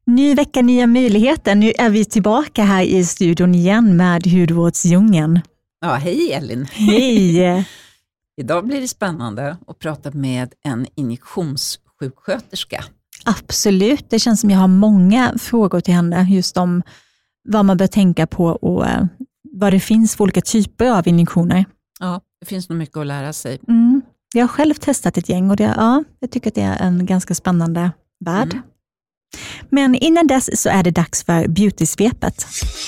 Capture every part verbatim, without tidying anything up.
Ny vecka, nya möjligheter. Nu är vi tillbaka här i studion igen med Hudvårdsdjungeln. Ja, hej Elin. Hej. Idag blir det spännande att prata med en injektionssjuksköterska. Absolut, det känns som jag har många frågor till henne just om vad man bör tänka på och vad det finns för olika typer av injektioner. Ja, det finns nog mycket att lära sig. Mm. Jag har själv testat ett gäng och det, ja, jag tycker att det är en ganska spännande värld. Mm. Men innan dess så är det dags för beautysvepet.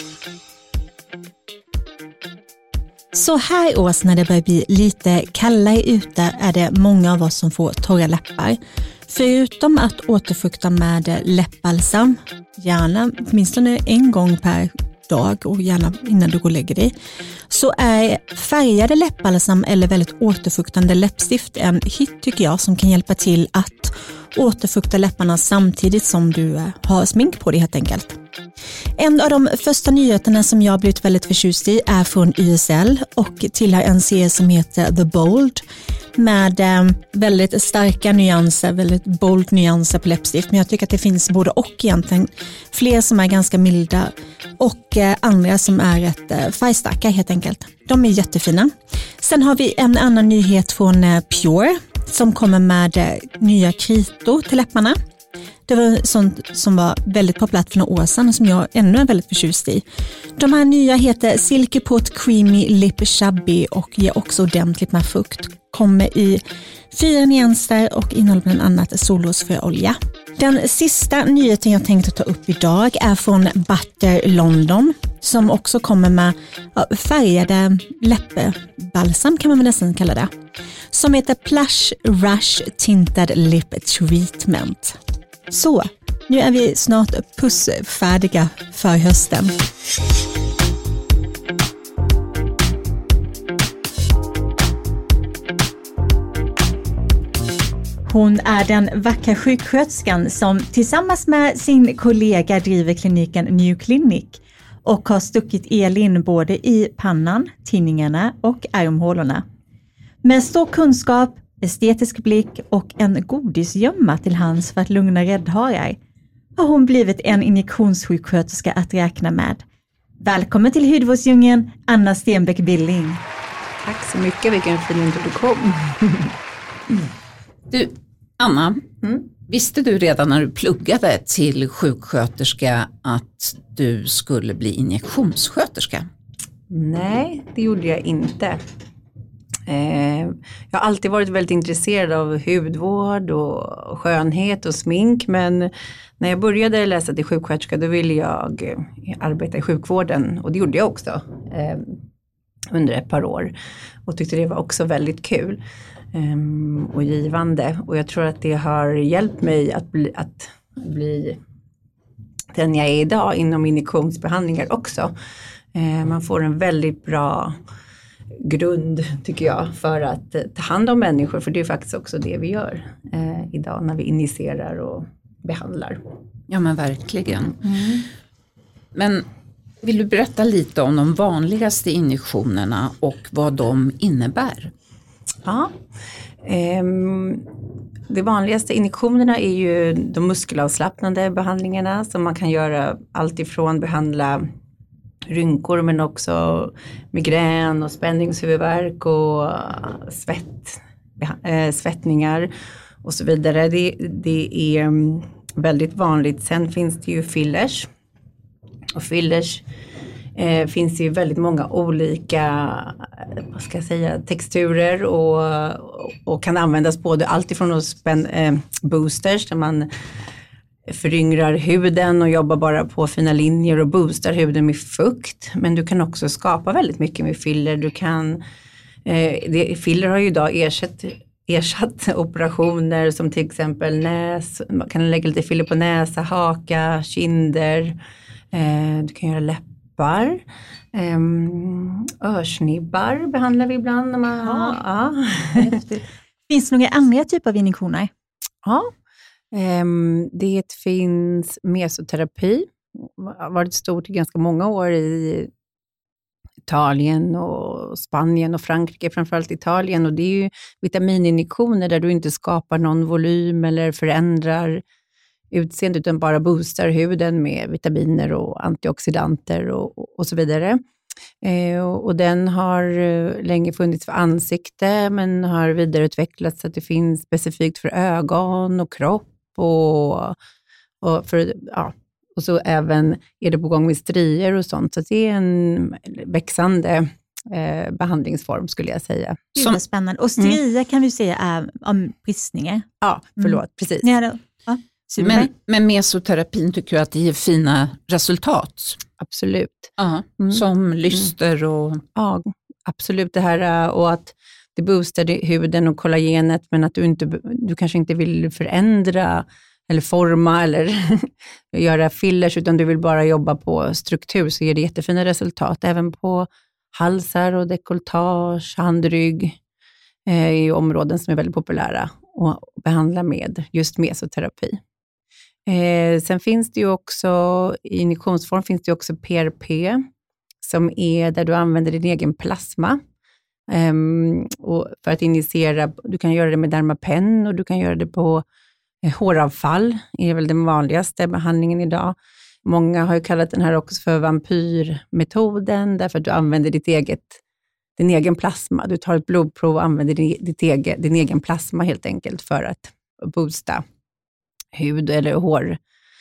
Så här års när det börjar bli lite kallare ute är det många av oss som får torra läppar. Förutom att återfukta med läppbalsam, gärna åtminstone en gång per dag och gärna innan du går och lägger dig, så är färgade läppbalsam eller väldigt återfuktande läppstift en hit tycker jag som kan hjälpa till att återfukta läpparna samtidigt som du har smink på dig helt enkelt. En av de första nyheterna som jag har blivit väldigt förtjust i är från Y S L och tillhör en serie som heter The Bold med eh, väldigt starka nyanser, väldigt bold nyanser på läppstift. Men jag tycker att det finns både och egentligen. Fler som är ganska milda och eh, andra som är rätt eh, färgstarka helt enkelt. De är jättefina. Sen har vi en annan nyhet från eh, Pure som kommer med eh, nya kritor till läpparna. Det var sånt som var väldigt populärt för några år sedan och som jag ännu är väldigt förtjust i. De här nya heter Silky Put Creamy Lip Chubby och ger också ordentligt med fukt. Kommer i fyra nyanser och innehåller bland annat solrosfröolja. Den sista nyheten jag tänkte ta upp idag är från Butter London som också kommer med ja, färgade läppbalsam kan man väl nästan kalla det. Som heter Plush Rush Tinted Lip Treatment. Så, nu är vi snart pussfärdiga för hösten. Hon är den vackra sjuksköterskan som tillsammans med sin kollega driver kliniken New Clinic och har stuckit Elin både i pannan, tinningarna och armhålorna. Med stor kunskap, estetisk blick och en godisgömma till hands för att lugna räddharar har hon blivit en injektionssjuksköterska att räkna med. Välkommen till Hudvårdsdjungeln, Anna Stenbeck Billing. Tack så mycket, vilken fin introduktion. Du, Anna, mm. visste du redan när du pluggade till sjuksköterska att du skulle bli injektionssköterska? Nej, det gjorde jag inte. Eh, jag har alltid varit väldigt intresserad av hudvård och skönhet och smink, men när jag började läsa till sjuksköterska då ville jag arbeta i sjukvården och det gjorde jag också eh, under ett par år och tyckte det var också väldigt kul eh, och givande och jag tror att det har hjälpt mig att bli, att bli den jag är idag inom injektionsbehandlingar också. Eh, man får en väldigt bra grund tycker jag för att ta hand om människor, för det är faktiskt också det vi gör eh, idag när vi injicerar och behandlar. Ja men verkligen. Mm. Men vill du berätta lite om de vanligaste injektionerna och vad de innebär? Ja, eh, de vanligaste injektionerna är ju de muskelavslappnande behandlingarna som man kan göra allt ifrån behandla rynkor men också migrän och spänningshuvudvärk och svett, äh, svettningar och så vidare. Det, det är väldigt vanligt. Sen finns det ju fillers. Och fillers eh, finns ju väldigt många olika vad ska jag säga, texturer och, och kan användas både allt ifrån spän, eh, boosters där man föryngrar huden och jobbar bara på fina linjer och boostar huden med fukt. Men du kan också skapa väldigt mycket med filler. Du kan, eh, det, filler har ju idag ersatt, ersatt operationer som till exempel näs. Man kan lägga lite filler på näsa, haka, kinder. Eh, du kan göra läppar. Eh, örsnibbar behandlar vi ibland. När man, ja. Ja. Finns det några andra typer av injektioner? Ja. Um, det finns mesoterapi, har varit stort i ganska många år i Italien och Spanien och Frankrike, framförallt Italien, och det är ju vitamininjektioner där du inte skapar någon volym eller förändrar utseende utan bara boostar huden med vitaminer och antioxidanter och, och, och så vidare. Eh, och, och den har eh, länge funnits för ansikte men har vidareutvecklats så att det finns specifikt för ögon och kropp och, och, för, ja, och så även är det på gång med strier och sånt. Så det är en växande eh, behandlingsform skulle jag säga. Det är spännande. Och strier mm. kan vi säga är om bristningar. Ja, förlåt, mm. precis. Ja, då. Ja. Men, men mesoterapin tycker jag att det ger fina resultat. Absolut. Uh-huh. Mm. Som lyster och... Ja, absolut. Det här och att det boostar huden och kollagenet men att du, inte, du kanske inte vill förändra eller forma eller göra fillers utan du vill bara jobba på struktur så ger det jättefina resultat. Även på halsar och dekolletage, handrygg eh, är områden som är väldigt populära att behandla med just mesoterapi. Eh, sen finns det ju också, i injektionsform finns det ju också P R P som är där du använder din egen plasma. Um, och för att injicera, du kan göra det med Dermapen och du kan göra det på eh, håravfall, är väl den vanligaste behandlingen idag. Många har ju kallat den här också för vampyrmetoden därför att du använder ditt eget, din egen plasma. Du tar ett blodprov och använder din, ditt egen, din egen plasma helt enkelt för att boosta hud eller hår,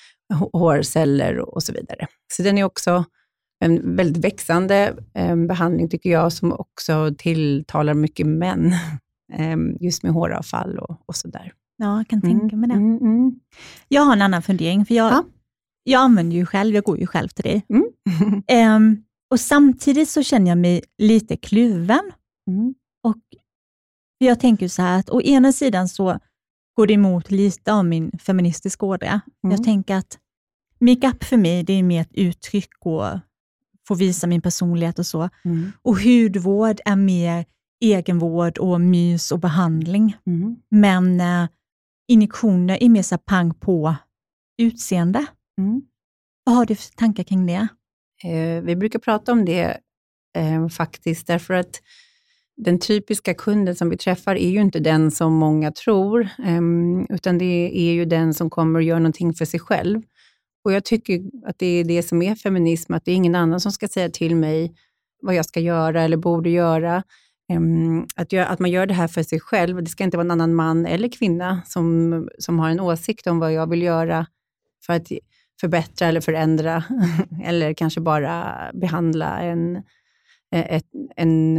hårceller och så vidare. Så den är också en väldigt växande eh, behandling tycker jag som också tilltalar mycket män eh, just med håravfall och, och sådär. Ja, jag kan tänka mig det. Mm, mm. Jag har en annan fundering för jag, ja. jag använder ju själv, jag går ju själv till dig. Mm. um, och samtidigt så känner jag mig lite kluven. Mm. Och jag tänker så här att å ena sidan så går det emot lite av min feministiska ådra. Mm. Jag tänker att makeup för mig det är mer ett uttryck och få visa min personlighet och så. Mm. Och hudvård är mer egenvård och mys och behandling. Mm. Men eh, injektioner är mer så pang på utseende. Mm. Vad har du för tankar kring det? Eh, vi brukar prata om det eh, faktiskt därför att den typiska kunden som vi träffar är ju inte den som många tror eh, utan det är ju den som kommer och gör någonting för sig själv. Och jag tycker att det är det som är feminism, att det är ingen annan som ska säga till mig vad jag ska göra eller borde göra. Um, att, jag, att man gör det här för sig själv. Det ska inte vara en annan man eller kvinna som, som har en åsikt om vad jag vill göra för att förbättra eller förändra eller kanske bara behandla en, ett, en,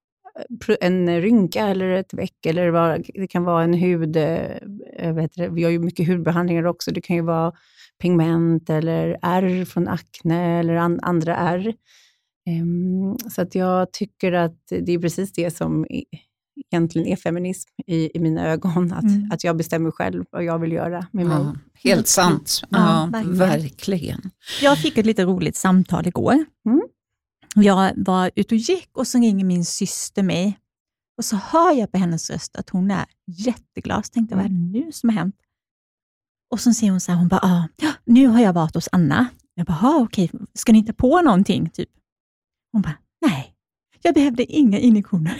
en rynka eller ett veck eller vad, det kan vara en hud, jag vet det, vi har ju mycket hudbehandlingar också, det kan ju vara pigment eller ärr från akne eller an, andra ärr. Um, så att jag tycker att det är precis det som är, egentligen är feminism i, i mina ögon. Att, mm. att jag bestämmer själv vad jag vill göra med ja, mig. Helt sant. Ja, ja verkligen. verkligen. Jag fick ett lite roligt samtal igår. Mm. Jag var ute och gick och så ringer min syster mig. Och så hör jag på hennes röst att hon är jätteglad. Så tänkte jag, vad är det nu som har hänt? Och så säger hon så här, hon bara, ah, nu har jag varit hos Anna. Jag bara, ah, okej, ska ni inte på någonting? Typ. Hon bara, nej, jag behövde inga injektioner.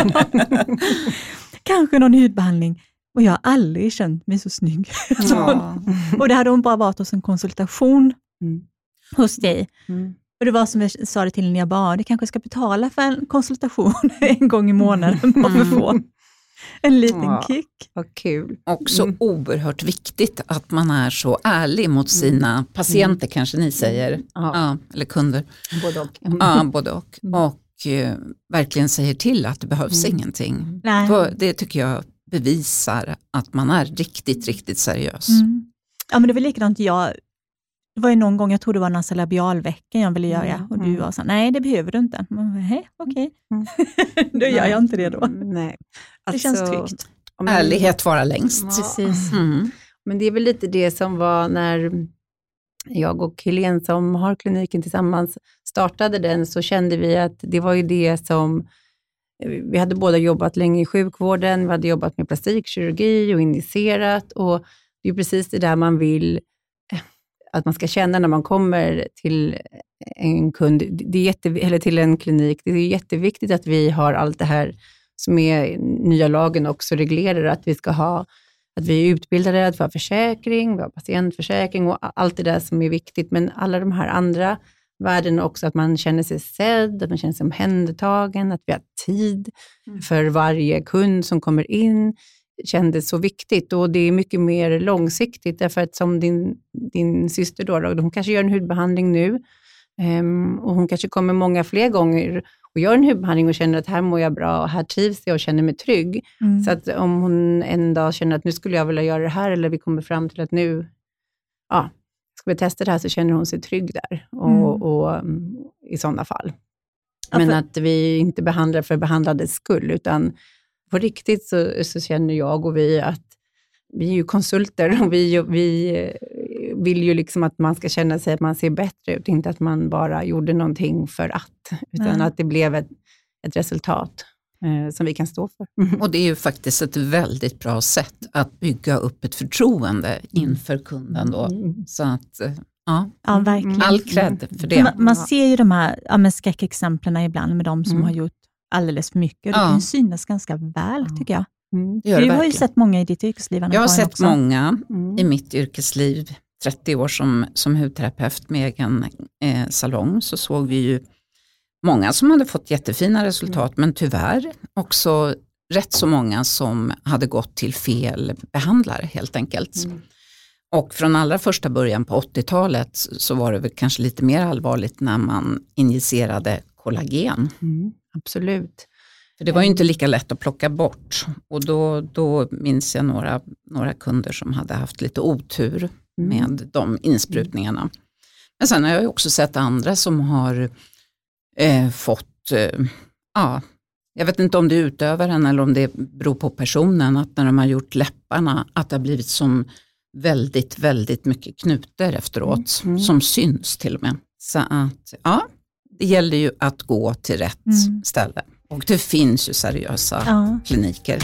Kanske någon hudbehandling. Och jag har aldrig känt mig så snygg. Ja. Och det hade hon bara varit hos en konsultation mm. hos dig. Mm. Och det var som jag sa det till när jag bara, det kanske ska betala för en konsultation en gång i månaden. Bara för att få en liten ja, kick. Vad kul. Också mm. oerhört viktigt att man är så ärlig mot sina mm. patienter, kanske ni säger. Ja. Ja, eller kunder. Både och. Ja, både och. Och eh, verkligen säger till att det behövs Mm. ingenting. Nej. För det tycker jag bevisar att man är riktigt, riktigt seriös. Mm. Ja, men det var likadant jag. Det var ju någon gång, jag tror det var nasolabialvecken jag ville göra. Mm. Och du var så nej det behöver du inte. Nej, okej. Mm. Då gör jag inte det då. Nej. Alltså, det känns tryggt. Om, Ärlighet vara längst. Ja. Precis. Mm. Men det är väl lite det som var när jag och Helene som har kliniken tillsammans startade den, så kände vi att det var ju det som, vi hade båda jobbat länge i sjukvården, vi hade jobbat med plastikkirurgi och injicerat, och det är precis det där man vill att man ska känna när man kommer till en kund, det är jätte, eller till en klinik. Det är jätteviktigt att vi har allt det här som är nya lagen också reglerar, att vi ska ha att vi är utbildade, att vi har försäkring, vi har patientförsäkring och allt det där som är viktigt. Men alla de här andra värdena också, att man känner sig sedd, att man känner sig omhändertagen, att vi har tid mm. för varje kund som kommer in, kändes så viktigt. Och det är mycket mer långsiktigt, därför att som din, din syster då, då, hon kanske gör en hudbehandling nu um, och hon kanske kommer många fler gånger och gör en hudbehandling och känner att här mår jag bra och här trivs jag och känner mig trygg. Mm. Så att om hon en dag känner att nu skulle jag vilja göra det här, eller vi kommer fram till att nu ja, ska vi testa det här, så känner hon sig trygg där och, mm. och, och i sådana fall. Ja, men för... att vi inte behandlar för behandlades skull, utan på riktigt så, så känner jag och vi att vi är ju konsulter och vi, vi vill ju liksom att man ska känna sig att man ser bättre ut, inte att man bara gjorde någonting för att, utan mm. att det blev ett, ett resultat eh, som vi kan stå för. Mm. Och det är ju faktiskt ett väldigt bra sätt att bygga upp ett förtroende inför kunden då. Mm. Så att, ja, ja verkligen. All cred för det. Man, man ser ju de här ja, men skräckexemplen ibland med de som mm. har gjort alldeles för mycket. Och det ja. kan synas ganska väl tycker jag. Mm. Du har verkligen. ju sett många i ditt yrkesliv. Jag har sett också. många mm. i mitt yrkesliv. trettio år som, som hudterapeut med egen eh, salong, så såg vi ju många som hade fått jättefina resultat, mm. men tyvärr också rätt så många som hade gått till fel behandlare helt enkelt. Mm. Och från allra första början på åttiotalet så var det väl kanske lite mer allvarligt när man injicerade kollagen. Mm. Absolut. För det var ju inte lika lätt att plocka bort. Och då, då minns jag några, några kunder som hade haft lite otur mm. med de insprutningarna. Men sen har jag också sett andra som har eh, fått, eh, ja, jag vet inte om det är utövaren eller om det beror på personen, att när de har gjort läpparna att det har blivit som väldigt, väldigt mycket knuter efteråt, mm. som syns till och med. Så att, ja, det gäller ju att gå till rätt mm. ställe. Och det finns ju seriösa ja. kliniker.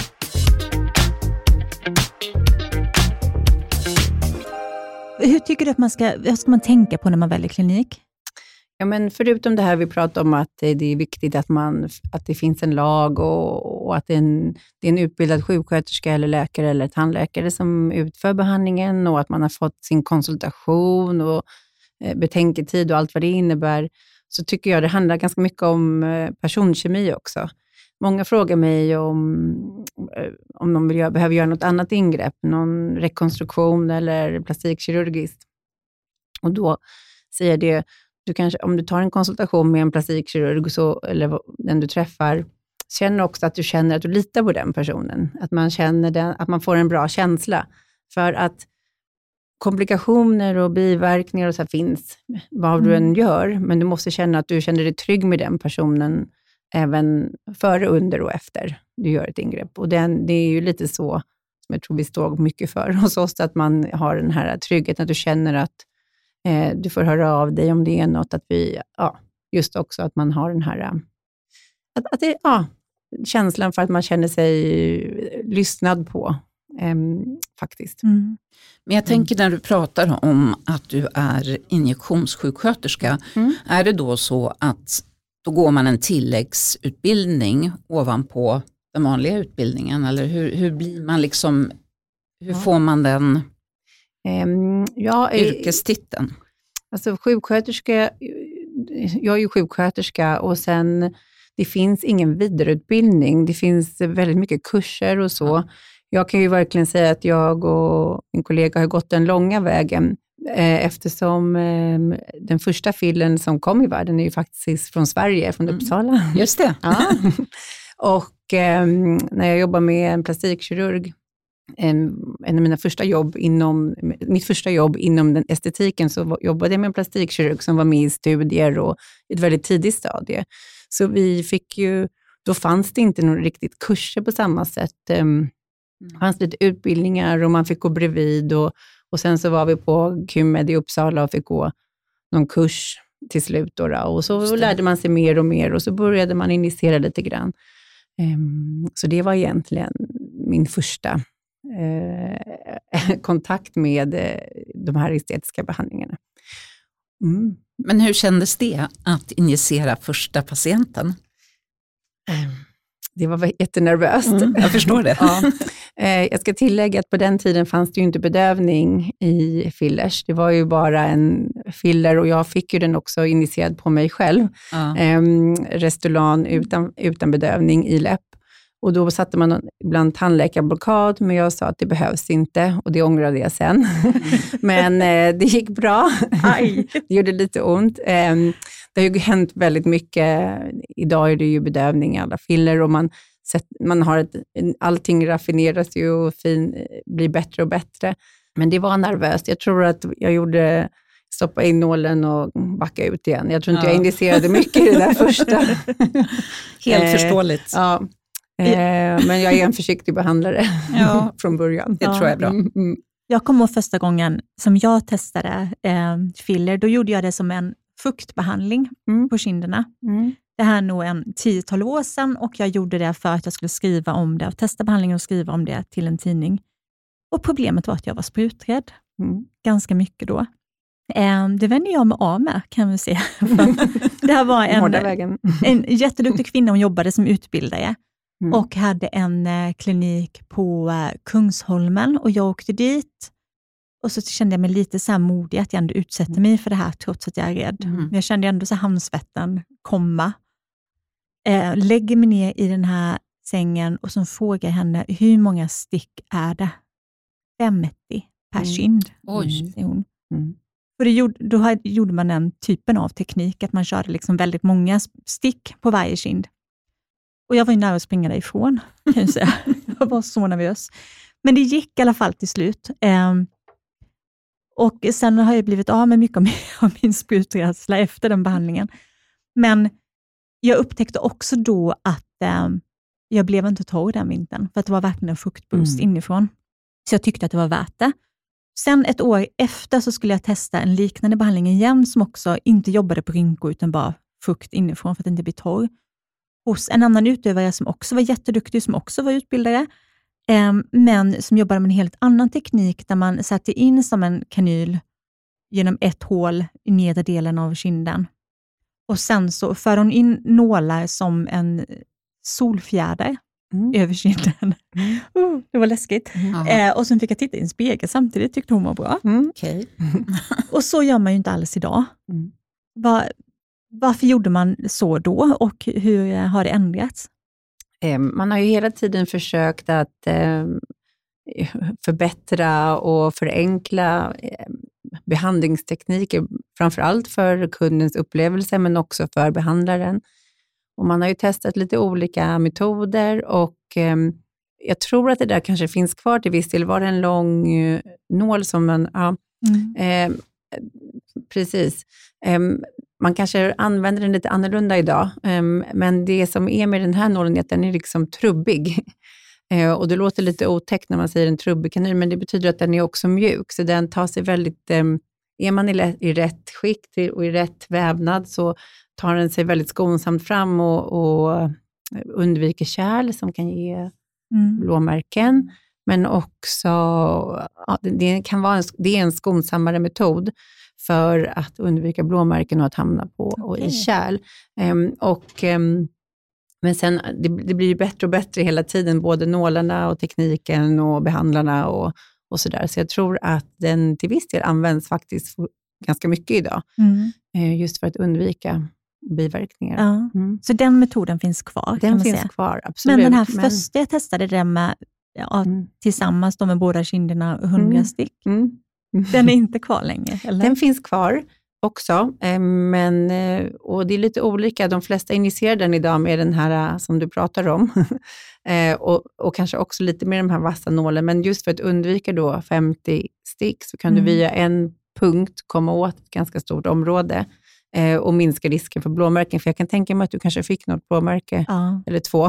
Hur tycker du att man ska, vad ska man tänka på när man väljer klinik? Ja, men förutom det här vi pratar om att det är viktigt att, man, att det finns en lag och, och att det är, en, det är en utbildad sjuksköterska eller läkare eller tandläkare som utför behandlingen, och att man har fått sin konsultation och eh, betänketid och allt vad det innebär, så tycker jag det handlar ganska mycket om personkemi också. Många frågar mig om, om de vill göra, behöver göra något annat ingrepp, någon rekonstruktion eller plastikkirurgiskt. Och då säger det, du kanske, om du tar en konsultation med en plastikkirurg så, eller den du träffar, känner också att du känner att du litar på den personen. Att man känner den, att man får en bra känsla. För att komplikationer och biverkningar och så här finns vad mm. du än gör, men du måste känna att du känner dig trygg med den personen även före, under och efter du gör ett ingrepp. Och den, det är ju lite så som jag tror vi står mycket för hos oss, att man har den här tryggheten, att du känner att eh, du får höra av dig om det är något, att vi, ja, just också att man har den här att, att det, ja, känslan för att man känner sig lyssnad på eh, faktiskt. Mm. Men jag tänker när du pratar om att du är injektionssjuksköterska, mm. är det då så att då går man en tilläggsutbildning ovanpå den vanliga utbildningen, eller hur, hur blir man liksom, hur får man den um, ja, yrkestiteln? Alltså sjuksköterska, jag är ju sjuksköterska och sen det finns ingen vidareutbildning, det finns väldigt mycket kurser och så. Ja. Jag kan ju verkligen säga att jag och min kollega har gått den långa vägen eh, eftersom eh, den första fillen som kom i världen är ju faktiskt från Sverige, från Uppsala. Mm. Just det. Ja. Och eh, när jag jobbar med en plastikkirurg, en, en av mina första jobb inom, mitt första jobb inom den estetiken, så jobbade jag med en plastikkirurg som var med i studier och i ett väldigt tidigt stadie. Så vi fick ju, då fanns det inte några riktigt kurser på samma sätt. Det fanns lite utbildningar och man fick gå bredvid, och, och sen så var vi på Q Med i Uppsala och fick gå någon kurs till slut då, och så lärde man sig mer och mer och så började man initiera lite grann. Um, så det var egentligen min första uh, kontakt med uh, de här estetiska behandlingarna. Mm. Men hur kändes det att injicera första patienten? Um. Det var jättenervöst. Mm, jag förstår det. Ja. Eh, jag ska tillägga att på den tiden fanns det ju inte bedövning i fillers. Det var ju bara en filler och jag fick ju den också initierad på mig själv. Ja. Eh, Restylane utan, utan bedövning i läpp. Och då satte man ibland tandläkarblockad, men jag sa att det behövs inte och det ångrade jag sen. Men eh, det gick bra. Aj. Det gjorde lite ont. Eh, det har ju hänt väldigt mycket. Idag är det ju bedövning i alla filler och man, sett, man har ett, allting raffineras ju och fin, blir bättre och bättre. Men det var nervöst. Jag tror att jag gjorde stoppa in nålen och backa ut igen. Jag tror inte ja. jag injicerade mycket i det där första. Helt eh, förståeligt. Ja. Eh, men jag är en försiktig behandlare ja. från början. Det ja. tror jag är bra. Mm, mm. Jag kommer ihåg första gången som jag testade eh, filler. Då gjorde jag det som en fuktbehandling mm. på kinderna. Mm. Det här är nog en tio-tolv år sedan och jag gjorde det för att jag skulle skriva om det. Testa behandlingen och skriva om det till en tidning. Och problemet var att jag var spruträdd. Mm. Ganska mycket då. Eh, det vände jag mig av med, kan vi se. Det här var en, en jätteduktig kvinna, hon jobbade som utbildare. Mm. Och hade en eh, klinik på eh, Kungsholmen och jag åkte dit och så kände jag mig lite så här modig att jag ändå utsätter mig för det här trots att jag är rädd. Mm. Men jag kände ändå så handsvetten komma. Eh, lägger mig ner i den här sängen och så frågar jag henne, hur många stick är det? femtio per mm. kind. Oj. Hon. Mm. Och det gjorde, då hade, gjorde man den typen av teknik att man körde liksom väldigt många stick på varje kind. Och jag var ju nära att springa därifrån, kan jag säga. Jag var så nervös. Men det gick i alla fall till slut. Um, och sen har jag blivit av med mycket av min, av min spruträdsla efter den behandlingen. Men jag upptäckte också då att um, jag blev inte torr den vintern. För att det var verkligen en fuktboost mm. inifrån. Så jag tyckte att det var värt det. Sen ett år efter så skulle jag testa en liknande behandling igen. Som också inte jobbade på rynkor utan bara fukt inifrån för att inte bli torr. Hos en annan utövare som också var jätteduktig, som också var utbildare, eh, men som jobbade med en helt annan teknik där man satte in som en kanyl genom ett hål i nedre delen av kinden. Och sen så för hon in nålar som en solfjäder mm. över kinden. Mm. Uh, det var läskigt. Mm. Eh, och sen fick jag titta i en spegel samtidigt, tyckte hon var bra. Mm. Okay. Och så gör man ju inte alls idag. Mm. Var, Varför gjorde man så då och hur har det ändrats? Man har ju hela tiden försökt att förbättra och förenkla behandlingstekniker, framförallt för kundens upplevelse men också för behandlaren. Och man har ju testat lite olika metoder och jag tror att det där kanske finns kvar till viss del. Var det en lång nål som man... Ja, mm. eh, precis. Eh, Man kanske använder den lite annorlunda idag, um, men det som är med den här nålen är att den är liksom trubbig. Uh, och det låter lite otäckt när man säger en trubbig kanyl, men det betyder att den är också mjuk. Så den tar sig väldigt, um, är man i, i rätt skick till, och i rätt vävnad så tar den sig väldigt skonsamt fram och, och undviker kärl som kan ge mm. blåmärken. Men också, ja, det, det, kan vara en, det är en skonsammare metod för att undvika blåmärken och att hamna på okay. och i kärl. Um, och, um, men sen, det, det blir ju bättre och bättre hela tiden, både nålarna och tekniken och behandlarna och, och sådär. Så jag tror att den till viss del används faktiskt ganska mycket idag. Mm. Uh, just för att undvika biverkningar. Ja. Mm. Så den metoden finns kvar? Den kan man finns säga. kvar, absolut. Men den här men... första jag testade, den med ja, mm. tillsammans de med båda kinderna och hundra mm. stick. Mm. Den är inte kvar längre, eller? Den finns kvar också, men, och det är lite olika. De flesta initierar den idag med den här som du pratar om. och, och kanske också lite med de här vassa nålen. Men just för att undvika då femtio stick så kan mm. du via en punkt komma åt ett ganska stort område och minska risken för blåmärken. För jag kan tänka mig att du kanske fick något blåmärke, ja. eller två,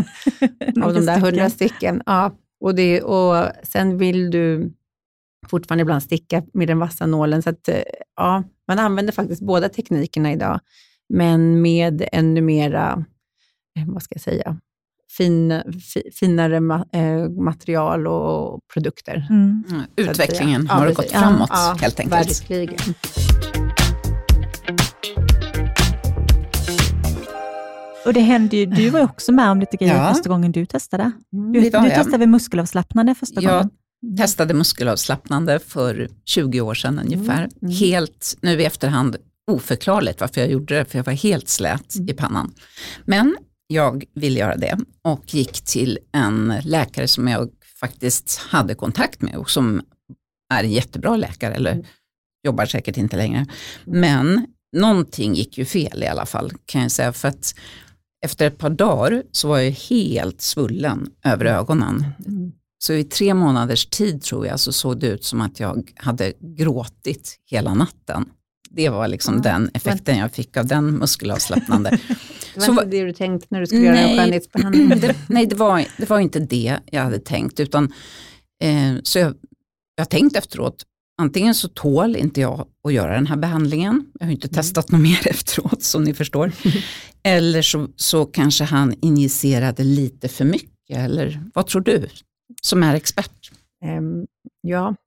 av de där hundra sticken. Ja, och, det, och sen vill du fortfarande ibland sticka med den vassa nålen. Så att, ja, man använder faktiskt båda teknikerna idag. Men med ännu mera, vad ska jag säga, fin, fi, finare ma, eh, material och produkter. Mm. Mm. Utvecklingen har ja, gått framåt ja, helt enkelt. Verkligen. Och det hände ju, du var ju också med om lite grejer Ja. första gången du testade. Mm, Du, det var du jag. testade muskelavslappnande första Jag gången. testade muskelavslappnande för tjugo år sedan ungefär. Mm, mm. Helt, nu i efterhand, oförklarligt varför jag gjorde det, för jag var helt slät Mm. i pannan. Men jag ville göra det och gick till en läkare som jag faktiskt hade kontakt med och som är en jättebra läkare, eller Mm. jobbar säkert inte längre. Men någonting gick ju fel i alla fall, kan jag säga, för att efter ett par dagar så var jag helt svullen över ögonen. Mm. Så i tre månaders tid tror jag så såg det ut som att jag hade gråtit hela natten. Det var liksom Ja, den effekten jag fick av den muskelavslappnande. Det var Så inte va- det du tänkte när du skulle göra en Nej, skönhetsbehandling? det, nej, det var, det var inte det jag hade tänkt. Utan, eh, så jag, jag tänkte efteråt, antingen så tål inte jag att göra den här behandlingen. Jag har ju inte testat något mer efteråt, som ni förstår. Eller så, så kanske han injicerade lite för mycket. Eller vad tror du, som är expert? Ehm, ja,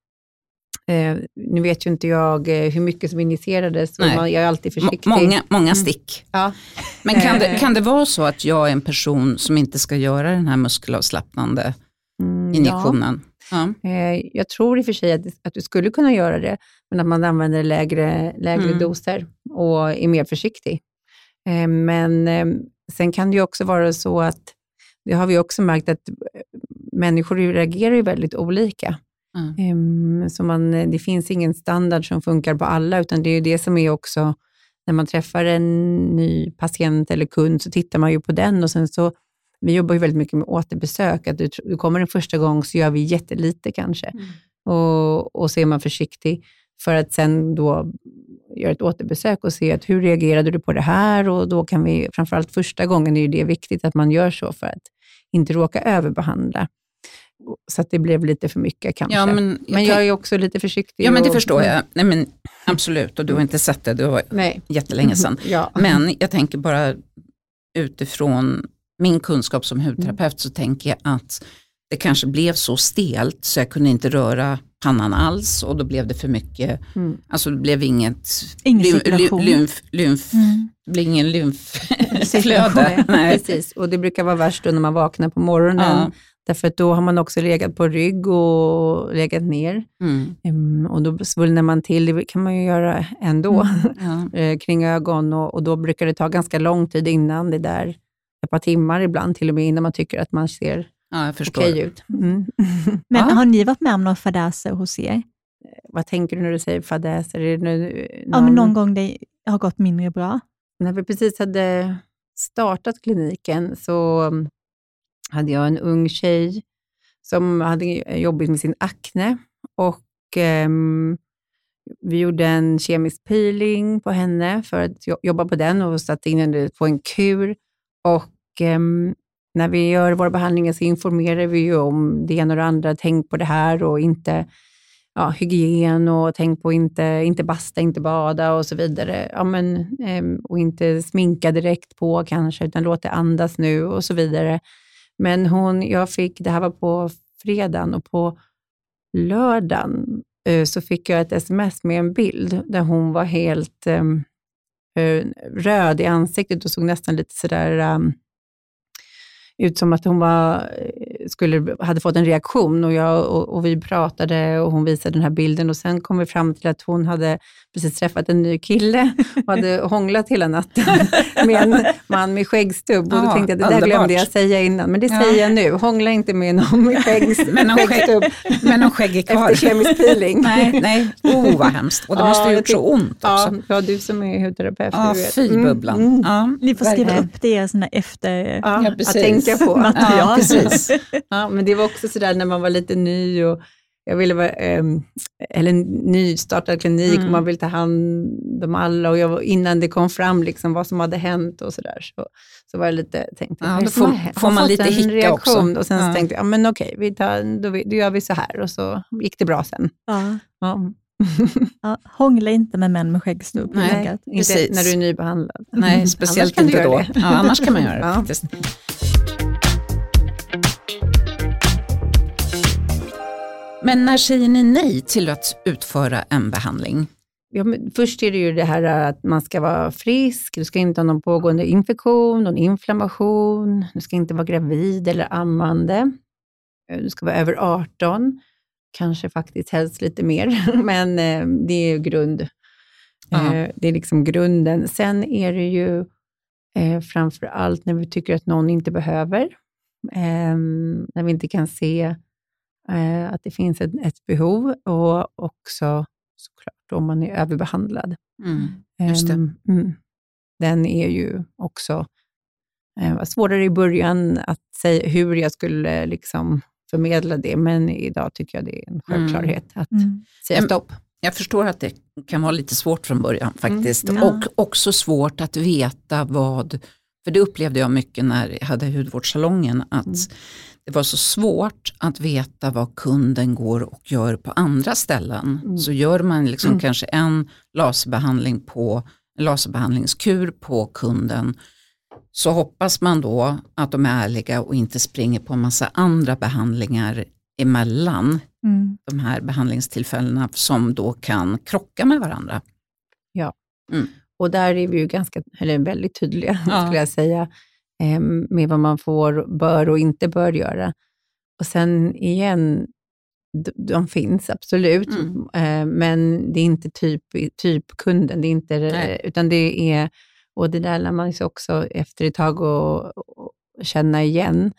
Eh, nu vet ju inte jag eh, hur mycket som injicerades, så Nej. man, jag är alltid Må- försiktig. Många, många stick. Ja. Men kan det, Eh. kan det vara så att jag är en person som inte ska göra den här muskelavslappnande Mm, injektionen? Ja. Ja. Eh, jag tror i och för sig att, att du skulle kunna göra det, men att man använder lägre, lägre Mm. doser och är mer försiktig. Eh, men eh, sen kan det ju också vara så att, det har vi också märkt, att eh, människor reagerar ju väldigt olika. Mm. Um, så man, det finns ingen standard som funkar på alla, utan det är ju det som är också, när man träffar en ny patient eller kund så tittar man ju på den, och sen så, vi jobbar ju väldigt mycket med återbesök, att du, du kommer en första gång så gör vi jättelite kanske, Mm. och, och så är man försiktig för att sen då göra ett återbesök och se att hur reagerade du på det här, och då kan vi, framförallt första gången är ju det viktigt att man gör så för att inte råka överbehandla. Så att det blev lite för mycket kanske. Ja, men men jag, jag kan- är också lite försiktig. ja, men det och- förstår jag. Nej, men absolut, och du har inte sett det, det var Nej. jättelänge sedan. Ja. Men jag tänker bara utifrån min kunskap som hudterapeut, så tänker jag att det kanske blev så stelt så jag kunde inte röra pannan alls, och då blev det för mycket, Mm. alltså det blev inget Ingen lym- cirkulation. lymf, lymf, Mm. det blev ingen lymfflöde. Nej. Precis, och det brukar vara värst då när man vaknar på morgonen. Ja. Därför att då har man också legat på rygg och legat ner. Mm. Mm, och då svullnar man till, det kan man ju göra ändå, Ja. eh, kring ögon. Och, och då brukar det ta ganska lång tid innan det där, ett par timmar ibland till och med, innan man tycker att man ser ja, jag förstår. okej ut. Mm. Men Ja. har ni varit med om några fadäser hos er? Vad tänker du när du säger fadäser? Är det nu, Ja, men någon gång det har gått mindre bra? När vi precis hade startat kliniken så um, hade jag en ung tjej som hade jobbat med sin akne, och ehm, vi gjorde en kemisk peeling på henne för att jo- jobba på den, och satte in henne på en kur. Och ehm, när vi gör våra behandlingar så informerar vi ju om det ena och det andra. Tänk på det här, och inte ja, hygien, och tänk på inte, inte basta, inte bada och så vidare. Ja, men, ehm, och inte sminka direkt på kanske, utan låt det andas nu och så vidare. Men hon, jag fick, det här var på fredagen, och på lördagen eh, så fick jag ett sms med en bild där hon var helt ehm, eh, röd i ansiktet och såg nästan lite sådär ehm, ut som att hon var, skulle, hade fått en reaktion, och, jag, och, och vi pratade och hon visade den här bilden, och sen kom vi fram till att hon hade precis träffat en ny kille och hade hånglat hela natten med en man med skäggstubb, och då Ja, tänkte jag, det där underbart. glömde jag säga innan, men det Ja. säger jag nu, hångla inte med någon med skägg, Men om skägg- skäggstubb Men om skägg är kvar. efter kemisk peeling. Nej, nej. Oh, vad hemskt. Och det Ja, måste ha jag gjort så tyck- ont också. Ja, ja, du som är hudterapeut. Ja, du vet. fy Mm, bubblan. mm. Ja, Ni får skriva verkligen. upp det i såna efter... Ja, Ja, att precis. tänka på. Material. Ja, precis. Ja, men det var också sådär när man var lite ny, och jag ville vara, ähm, eller en nystartad klinik, Mm. och man ville ta hand om alla, och jag var, innan det kom fram liksom vad som hade hänt och sådär, så, så var jag lite, tänkte, Ja, vad är då det som får- har hänt? får Har man fått lite en hicka reaktion, också. och sen Ja. så tänkte jag, ja, men okej, vi tar, då, vi- då gör vi så här, och så gick det bra sen. Ja. Ja. Ja, hångla inte med män med skäggstubb. Nej. helt enkelt. Inte Precis. när du är nybehandlad. Nej, speciellt Annars kan du inte göra då. det. Ja, annars kan man göra det Ja. faktiskt. Men när säger ni nej till att utföra en behandling? Ja, men först är det ju det här att man ska vara frisk, du ska inte ha någon pågående infektion, någon inflammation, du ska inte vara gravid eller ammande, du ska vara över arton, kanske faktiskt helst lite mer, men eh, det är ju grund. Eh, det är liksom grunden. Sen är det ju eh, framför allt när vi tycker att någon inte behöver, eh, när vi inte kan se eh, att det finns ett, ett behov, och också såklart om man är överbehandlad. Mm, just det. Um, mm, den är ju också uh, svårare i början att säga hur jag skulle liksom förmedla det, men idag tycker jag det är en självklarhet mm. att mm. säga stopp. Jag förstår att det kan vara lite svårt från början faktiskt. Mm, ja. Och också svårt att veta vad, för det upplevde jag mycket när jag hade hudvårdssalongen, att mm. det var så svårt att veta vad kunden går och gör på andra ställen. Mm. Så gör man liksom mm. kanske en laserbehandling på, en laserbehandlingskur på kunden, så hoppas man då att de är ärliga och inte springer på en massa andra behandlingar emellan mm. de här behandlingstillfällena som då kan krocka med varandra. Ja, mm. och där är vi ju ganska, eller väldigt tydliga ja. skulle jag säga, med vad man får, bör och inte bör göra. Och sen igen, de finns absolut, mm. men det är inte typ, typ kunden, det är inte, Nej. utan det är, och det där lär man sig också efter ett tag och, och känna igen.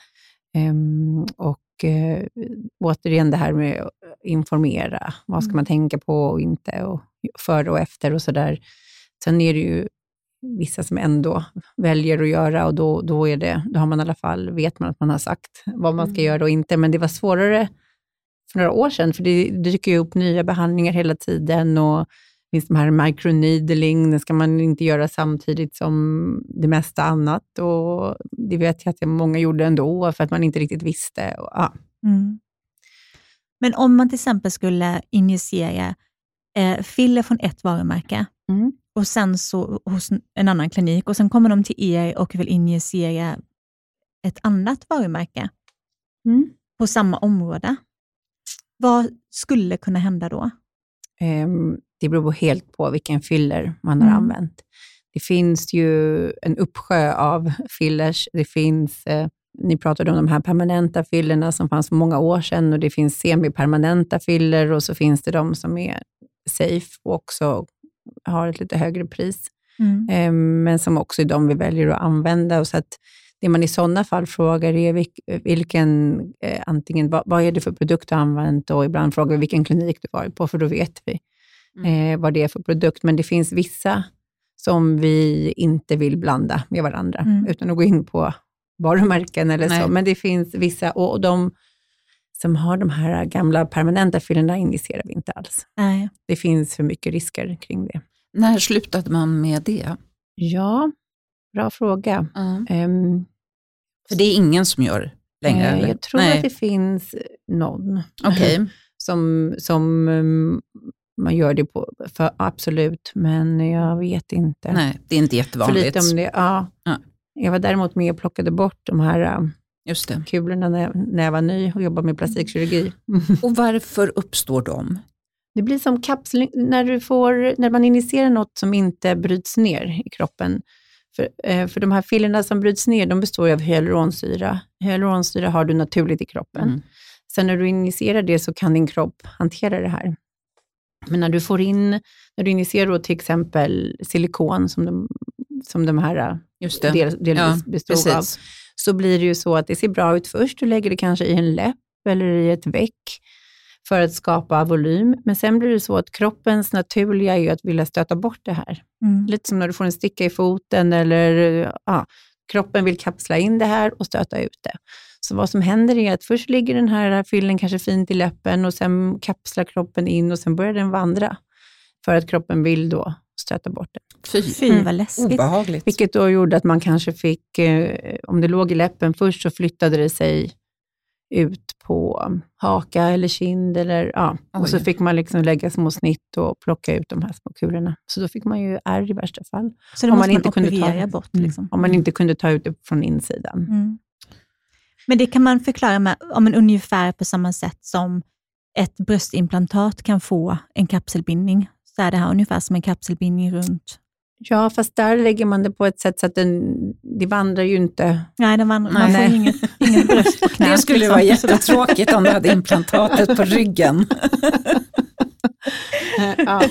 Um, och uh, återigen det här med att informera, vad ska man tänka på och inte, och före och efter och sådär. Sen är det ju vissa som ändå väljer att göra, och då, då, är det, då har man i alla fall, vet man att man har sagt vad man ska mm. göra och inte. Men det var svårare för några år sedan, för det dyker ju upp nya behandlingar hela tiden, och det finns de här microneedling, det ska man inte göra samtidigt som det mesta annat, och det vet jag att många gjorde ändå för att man inte riktigt visste. Och, ja. mm. Men om man till exempel skulle injicera eh, filler från ett varumärke mm. och sen så hos en annan klinik, och sen kommer de till er och vill injicera ett annat varumärke mm. på samma område. Vad skulle kunna hända då? Um, det beror helt på vilken filler man har mm. använt. Det finns ju en uppsjö av fillers. Det finns, eh, ni pratade om de här permanenta fillerna som fanns för många år sedan, och det finns semipermanenta filler, och så finns det de som är safe och också har ett lite högre pris. Mm. Eh, men som också är de vi väljer att använda. Och så att det man i sådana fall frågar är vilk, vilken, eh, antingen vad, vad är det för produkt du har använt, och ibland frågar vi vilken klinik du varit på, för då vet vi mm. eh, vad det är för produkt. Men det finns vissa som vi inte vill blanda med varandra mm. utan att gå in på varumärken eller Nej. så. Men det finns vissa, och de som har de här gamla permanenta fillerna injicerar vi inte alls. Nej. Det finns för mycket risker kring det. När slutade man med det? Ja, bra fråga. Mm. Um, för det är ingen som gör längre? Eh, eller? Jag tror Nej. att det finns någon okay. som, som um, man gör det på, för absolut, men jag vet inte. Nej, det är inte jättevanligt. För lite om det, ja. ja. Jag var däremot med och plockade bort de här Just det. kulorna när, när jag var ny och jobbade med plastikkirurgi. Och varför uppstår de? Det blir som kapsling, när, du får, när man injicerar något som inte bryts ner i kroppen. För, för de här fillerna som bryts ner, de består av hyaluronsyra. Hyaluronsyra har du naturligt i kroppen. Mm. Sen när du injicerar det så kan din kropp hantera det här. Men när du får in, när du injicerar då till exempel silikon som de, som de här Just det. del, delvis ja, består precis. av, så blir det ju så att det ser bra ut först. Du lägger det kanske i en läpp eller i ett veck för att skapa volym. Men sen blir det så att kroppens naturliga är ju att vilja stöta bort det här. Mm. Lite som när du får en sticka i foten, eller ja, kroppen vill kapsla in det här och stöta ut det. Så vad som händer är att först ligger den här fillen kanske fint i läppen, och sen kapslar kroppen in och sen börjar den vandra. För att kroppen vill då stöta bort det. Fy, Fy vad läskigt. Obehagligt. Vilket då gjorde att man kanske fick, eh, om det låg i läppen först, så flyttade det sig ut på haka eller kind, eller ja. Oj. Och så fick man liksom lägga små snitt och plocka ut de här små kulorna. Så då fick man ju ärr i värsta fall. Så det om måste man, man inte kunde ta, bort liksom. Om man inte kunde ta ut det från insidan. Mm. Men det kan man förklara med om en ungefär på samma sätt som ett bröstimplantat kan få en kapselbindning. så är det här ungefär som en kapselbindning runt. Ja, fast där lägger man det på ett sätt så att den, det vandrar ju inte. Nej, det vandrar, man får inget, inget bröst på knät. Det skulle liksom vara jättetråkigt om du hade implantatet på ryggen. Ja.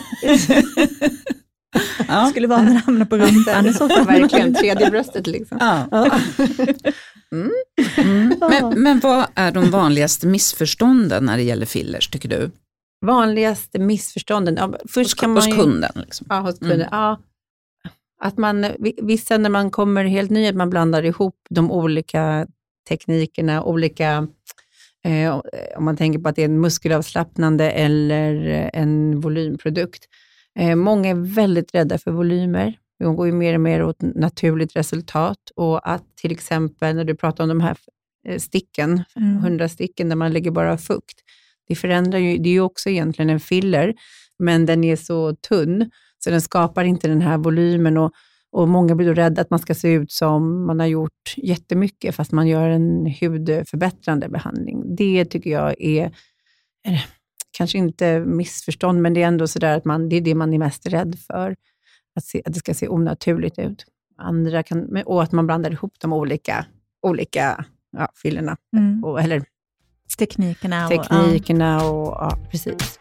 Ja. Det skulle vara när det hamnar på rumpan i så fall. Verkligen, tredje bröstet liksom. Ja. Ja. Mm. Mm. Men, men vad är de vanligaste missförstånden när det gäller fillers, tycker du? Vanligaste missförstånden? Ja, först hos, kan man hos ju, kunden? Liksom. Ja, hos kunden. Mm. Ja. Att man, vissa när man kommer helt ny, att man blandar ihop de olika teknikerna, olika, eh, om man tänker på att det är en muskelavslappnande eller en volymprodukt. Eh, många är väldigt rädda för volymer. De går ju mer och mer åt naturligt resultat, och att till exempel när du pratar om de här sticken, mm. hundra sticken där man lägger bara fukt, det förändrar ju, det är ju också egentligen en filler, men den är så tunn så den skapar inte den här volymen, och, och många blir då rädda att man ska se ut som man har gjort jättemycket fast man gör en hudförbättrande behandling. Det tycker jag är, är kanske inte missförstånd, men det är ändå sådär att man, det är det man är mest rädd för, att, se, att det ska se onaturligt ut. Andra kan, och att man blandar ihop de olika, olika ja, fillerna. Mm. Och, eller teknikerna. Teknikerna och, och ja, precis.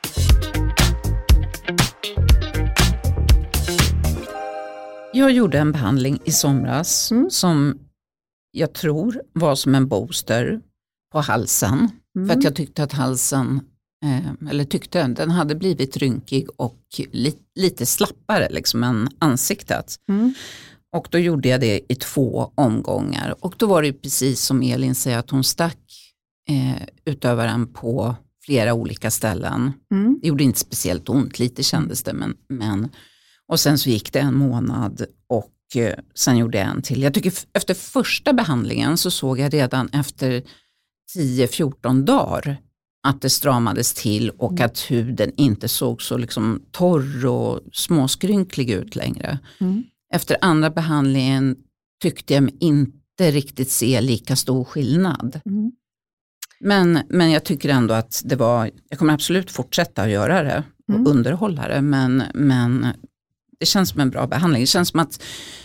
Jag gjorde en behandling i somras mm. som jag tror var som en booster på halsen. Mm. För att jag tyckte att halsen, eh, eller tyckte den hade blivit rynkig och li, lite slappare liksom än ansiktet. Mm. Och då gjorde jag det i två omgångar. Och då var det precis som Elin säger, att hon stack eh, utövaren på flera olika ställen. Mm. Det gjorde inte speciellt ont, lite kändes det. Men, men, och sen så gick det en månad och eh, sen gjorde jag en till. Jag tycker f- efter första behandlingen så såg jag redan efter tio fjorton dagar att det stramades till och mm. att huden inte såg så liksom torr och småskrynklig ut längre. Mm. Efter andra behandlingen tyckte jag mig inte riktigt se lika stor skillnad. Mm. Men, men jag tycker ändå att det var, jag kommer absolut fortsätta att göra det och mm. underhålla det. Men, men det känns som en bra behandling. Det känns som att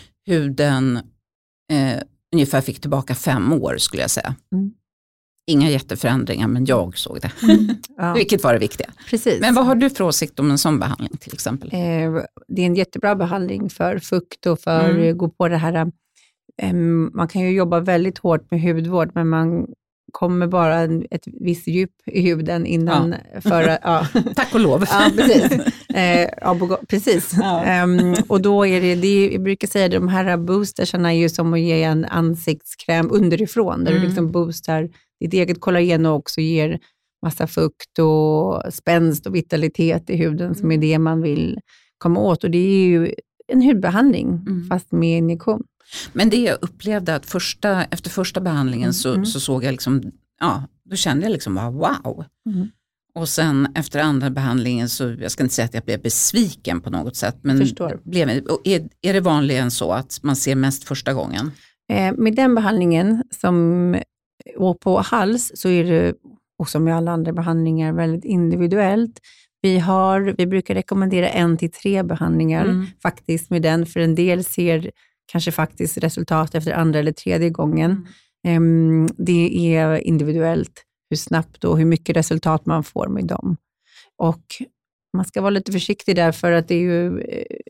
huden eh, ungefär fick tillbaka fem år skulle jag säga. Mm. Inga jätteförändringar, men jag såg det. Mm. Ja. Vilket var det viktiga. Precis. Men vad har du för åsikt om en sån behandling till exempel? Eh, det är en jättebra behandling för fukt och för att mm. gå på det här. Eh, man kan ju jobba väldigt hårt med hudvård, men man kommer bara en, ett visst djup i huden innan. Ja. För, ja. Tack och lov. Ja, precis. Eh, ja, precis. Ja. Um, och då är det, det är, jag brukar säga att de här boostersarna är ju som att ge en ansiktskräm underifrån, där mm. du liksom boostar ditt eget kollagen och också ger massa fukt och spänst och vitalitet i huden mm. som är det man vill komma åt. Och det är ju en hudbehandling mm. fast med injektion. Men det jag upplevde att första, efter första behandlingen mm. så, så såg jag liksom, ja, då kände jag liksom bara wow. Mm. Och sen efter andra behandlingen så, jag ska inte säga att jag blev besviken på något sätt. Men Förstår. Blev, är, är det vanligen så att man ser mest första gången? Eh, med den behandlingen som och på hals så är det, och som med alla andra behandlingar, väldigt individuellt. Vi, har, vi brukar rekommendera en till tre behandlingar mm. faktiskt med den, för en del ser kanske faktiskt resultat efter andra eller tredje gången. Mm. Um, det är individuellt hur snabbt och hur mycket resultat man får med dem. Och man ska vara lite försiktig där, för att det är ju,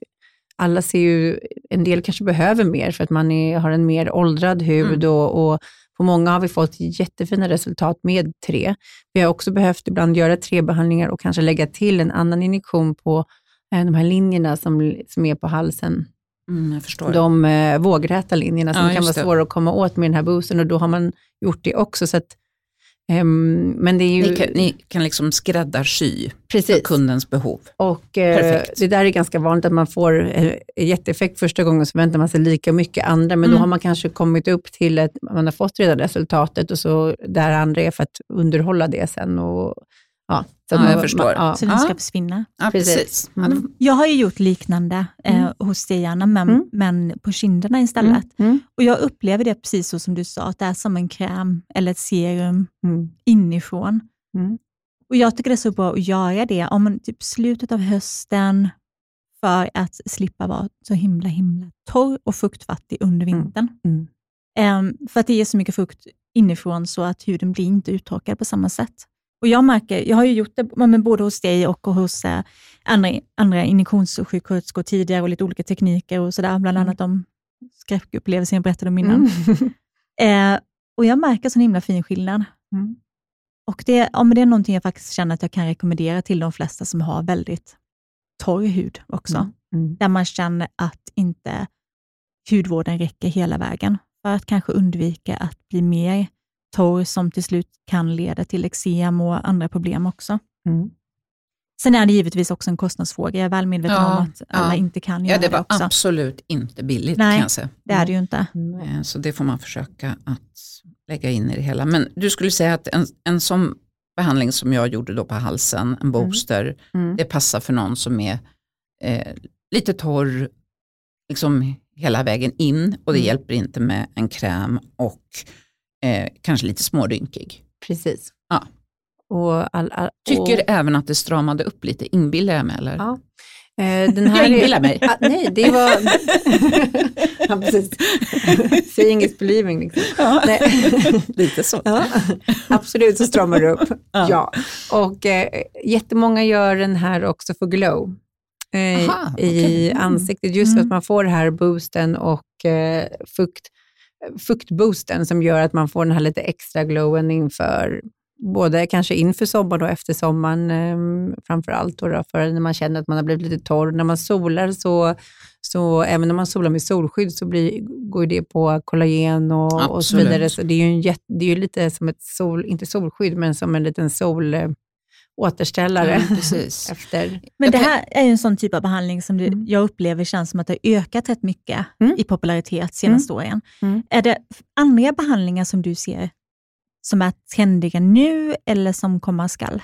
alla ser ju, en del kanske behöver mer för att man är, har en mer åldrad hud mm. och, och på många har vi fått jättefina resultat med tre. Vi har också behövt ibland göra tre behandlingar och kanske lägga till en annan injektion på eh, de här linjerna som, som är på halsen. Mm, jag förstår. De eh, vågräta linjerna som ja, kan vara svåra att komma åt med den här boosten, och då har man gjort det också. Så att, ehm, men det är ju, ni, kan, ni kan liksom skräddarsy precis. För kundens behov. Och eh, det där är ganska vanligt att man får eh, jätteeffekt första gången, så väntar man sig lika mycket andra, men mm. då har man kanske kommit upp till att man har fått redan resultatet, och så där andra är för att underhålla det sen. Och, ja, så ja, man, jag förstår. Man, ja. Så den ska försvinna. Ja, precis. Mm. Jag har ju gjort liknande eh, mm. hos Diana, men, mm. men på kinderna istället. Mm. Mm. Och jag upplever det precis så som du sa, att det är som en kräm eller ett serum mm. inifrån. Mm. Och jag tycker det är så bra att göra det om man typ slutet av hösten, för att slippa vara så himla himla torr och fuktfattig under vintern. Mm. Um, för att det är så mycket fukt inifrån så att huden blir inte uttorkad på samma sätt. Och jag märker, jag har ju gjort det men både hos dig och hos eh, andra, andra injektionssjuksköterskor tidigare och lite olika tekniker och sådär. Bland annat mm. om skräckupplevelser jag berättade om innan. Mm. eh, och jag märker sån himla fin skillnad. Mm. Och det, ja, men det är någonting jag faktiskt känner att jag kan rekommendera till de flesta som har väldigt torr hud också. Mm. Mm. Där man känner att inte hudvården räcker hela vägen. För att kanske undvika att bli mer torr som till slut kan leda till eksem och andra problem också. Mm. Sen är det givetvis också en kostnadsfråga. Jag är väl medveten ja, om att alla ja. inte kan göra ja, det det också. Det var absolut inte billigt Nej, kan jag säga. det är det ju inte. Mm. Så det får man försöka att lägga in i det hela. Men du skulle säga att en, en sån behandling som jag gjorde då på halsen, en booster, mm. Mm. det passar för någon som är eh, lite torr liksom hela vägen in och det mm. hjälper inte med en kräm och eh, kanske lite smårynkig. Precis. Ja. Och all, all, och... Tycker även att det stramade upp lite, inbillar jag mig eller? Ja. Eh, den här jag inbillar mig. Ah, nej, det var... ja, precis. Seeing is believing. Liksom. Ja. Nej. Lite så. Ja. Absolut så stramar det upp. Ja. ja. Och eh, jättemånga gör den här också för glow. Eh, Aha, i okay. ansiktet. Just mm. för att man får det här boosten och eh, fukt, fuktboosten som gör att man får den här lite extra glowen inför både kanske inför sommaren och efter sommaren eh, framförallt då, då för när man känner att man har blivit lite torr. När man solar så, så även när man solar med solskydd så blir, går det på kollagen och, och så vidare. Så det är ju, en jätt, det är ju lite som ett sol, inte solskydd men som en liten sol eh, återställare. Ja, precis. Efter. Men det här är ju en sån typ av behandling som du, mm. jag upplever känns som att det har ökat rätt mycket mm. i popularitet senaste mm. åren. Mm. Är det andra behandlingar som du ser som är trendiga nu eller som komma skall?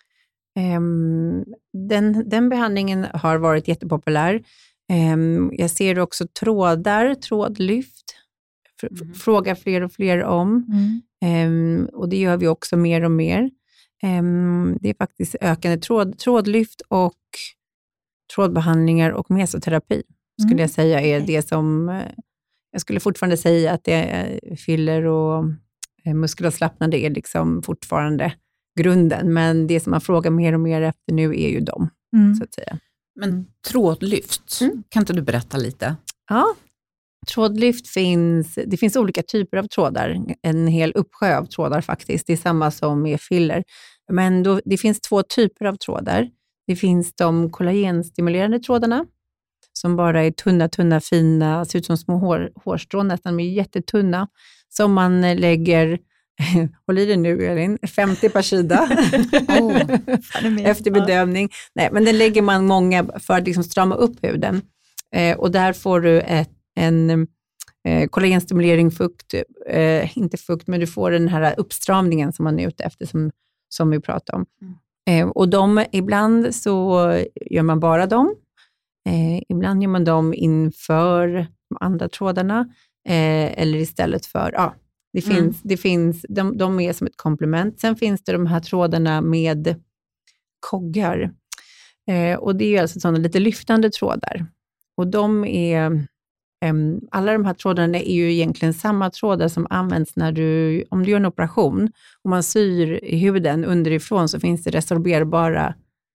Um, den, den behandlingen har varit jättepopulär. Um, jag ser också trådar, trådlyft. Mm. Frågar fler och fler om. Mm. Um, och det gör vi också mer och mer. Um, det är faktiskt ökande tråd, trådlyft och trådbehandlingar och mesoterapi skulle mm. jag säga är det som uh, jag skulle fortfarande säga att det är filler och uh, muskelavslappnande är liksom fortfarande grunden, men det som man frågar mer och mer efter nu är ju dem mm. så att säga. Men trådlyft, mm. kan inte du berätta lite? Ja, trådlyft finns, det finns olika typer av trådar, en hel uppsjö av trådar faktiskt, det är samma som med filler. Men då, det finns två typer av trådar. Det finns de kollagenstimulerande trådarna som bara är tunna, tunna, fina, ser ut som små hår, hårstrån, nästan de är jättetunna, som man lägger, håll i det nu Elin, femtio per sida oh, efter bedövning. Nej, men den lägger man många för att liksom strama upp huden. Eh, och där får du ett, en eh, kollagenstimulering, fukt, eh, inte fukt, men du får den här uppstramningen som man är ute efter som som vi pratar om. Mm. Eh, och de, ibland så gör man bara dem. Eh, ibland gör man dem inför de andra trådarna. Eh, eller istället för, ja, det finns, mm. det finns de, de är som ett komplement. Sen finns det de här trådarna med koggar. Eh, och det är alltså sådana lite lyftande trådar. Och de är... Um, alla de här trådarna är ju egentligen samma trådar som används när du, om du gör en operation och man syr i huden underifrån så finns det resorberbara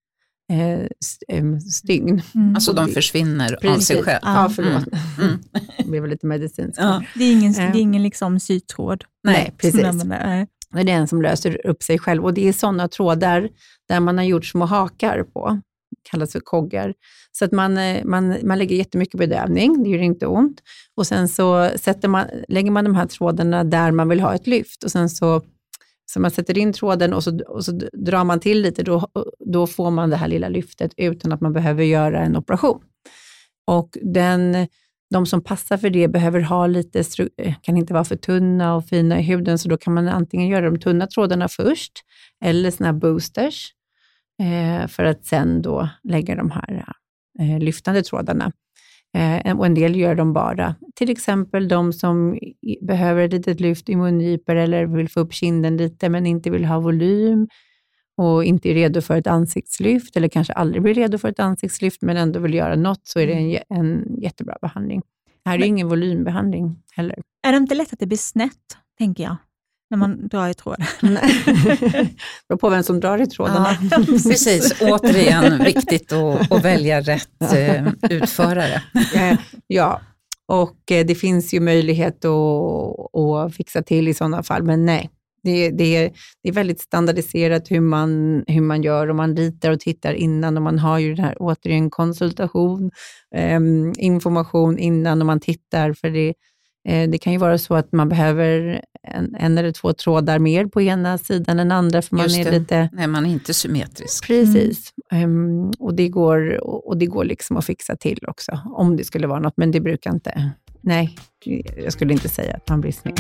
eh, stygn. Mm. Alltså de försvinner Precis. av sig själv. Ja, förlåt. Mm. Mm. Det blev lite medicinskt. Ja. Det är ingen, det är ingen liksom sytråd. Nej, precis. Det är den som löser upp sig själv. Och det är sådana trådar där man har gjort små hakar på. Kallas för koggar. Så att man, man, man lägger jättemycket bedövning, det gör inte ont. Och sen så sätter man, lägger man de här trådarna där man vill ha ett lyft. Och sen så, så man sätter in tråden och så, och så drar man till lite, då, då får man det här lilla lyftet utan att man behöver göra en operation. Och den, de som passar för det behöver ha lite, kan inte vara för tunna och fina i huden, så då kan man antingen göra de tunna trådarna först eller såna här boosters. Eh, för att sen då lägga de här eh, lyftande trådarna. Eh, och en del gör de bara. Till exempel de som i, behöver ett litet lyft i mungipor eller vill få upp kinden lite men inte vill ha volym. och inte är redo för ett ansiktslyft eller kanske aldrig blir redo för ett ansiktslyft men ändå vill göra något, så är det en, en jättebra behandling. Det här är men, ingen volymbehandling heller. Är det inte lätt att det blir snett, tänker jag, när man drar i tråden? Det beror på vem som drar i trådarna. Ja, precis, återigen viktigt att, att välja rätt eh, utförare. Ja, och eh, det finns ju möjlighet att, att fixa till i sådana fall, men nej. Det, det, är, det är väldigt standardiserat hur man, hur man gör, och man ritar och tittar innan, och man har ju den här återigen konsultation, eh, information innan, och man tittar, för det, eh, det kan ju vara så att man behöver en, en eller två trådar mer på ena sidan än andra, för man Just är det. lite... Nej, man är inte symmetrisk. Precis, mm. um, och, det går, och det går liksom att fixa till också, om det skulle vara något, men det brukar inte, nej, jag skulle inte säga att man blir snygg.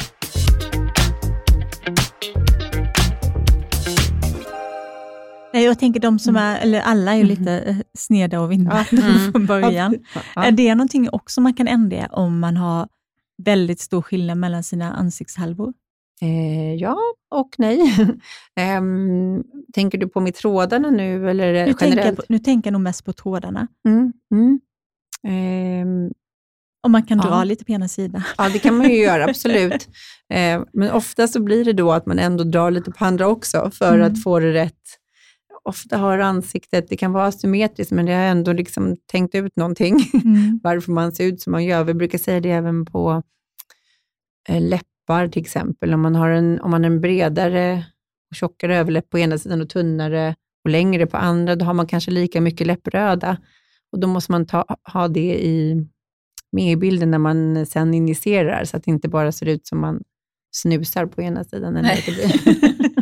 Nej, jag tänker de som är, eller alla är ju lite sneda och vinda mm. från början. Ja. Är det någonting också man kan ändra om man har väldigt stor skillnad mellan sina ansiktshalvor? Eh, ja och nej. eh, tänker du på med trådarna nu eller nu generellt? Tänker jag på, nu tänker jag nog mest på trådarna. Mm. Mm. Eh, Om man kan dra ja. lite på ena sidan. Ja, det kan man ju göra, absolut. Eh, men ofta så blir det då att man ändå drar lite på andra också för mm. att få det rätt. Ofta har ansiktet, det kan vara asymmetriskt, men det har ändå liksom tänkt ut någonting. Mm. Varför man ser ut som man gör. Vi brukar säga det även på eh, läppar till exempel. Om man har en, om man har en bredare och tjockare överläpp på ena sidan och tunnare och längre på andra, då har man kanske lika mycket läppröda. Och då måste man ta, ha det i, med i bilden när man sen injicerar, så att det inte bara ser ut som man snusar på ena sidan. Eller det blir.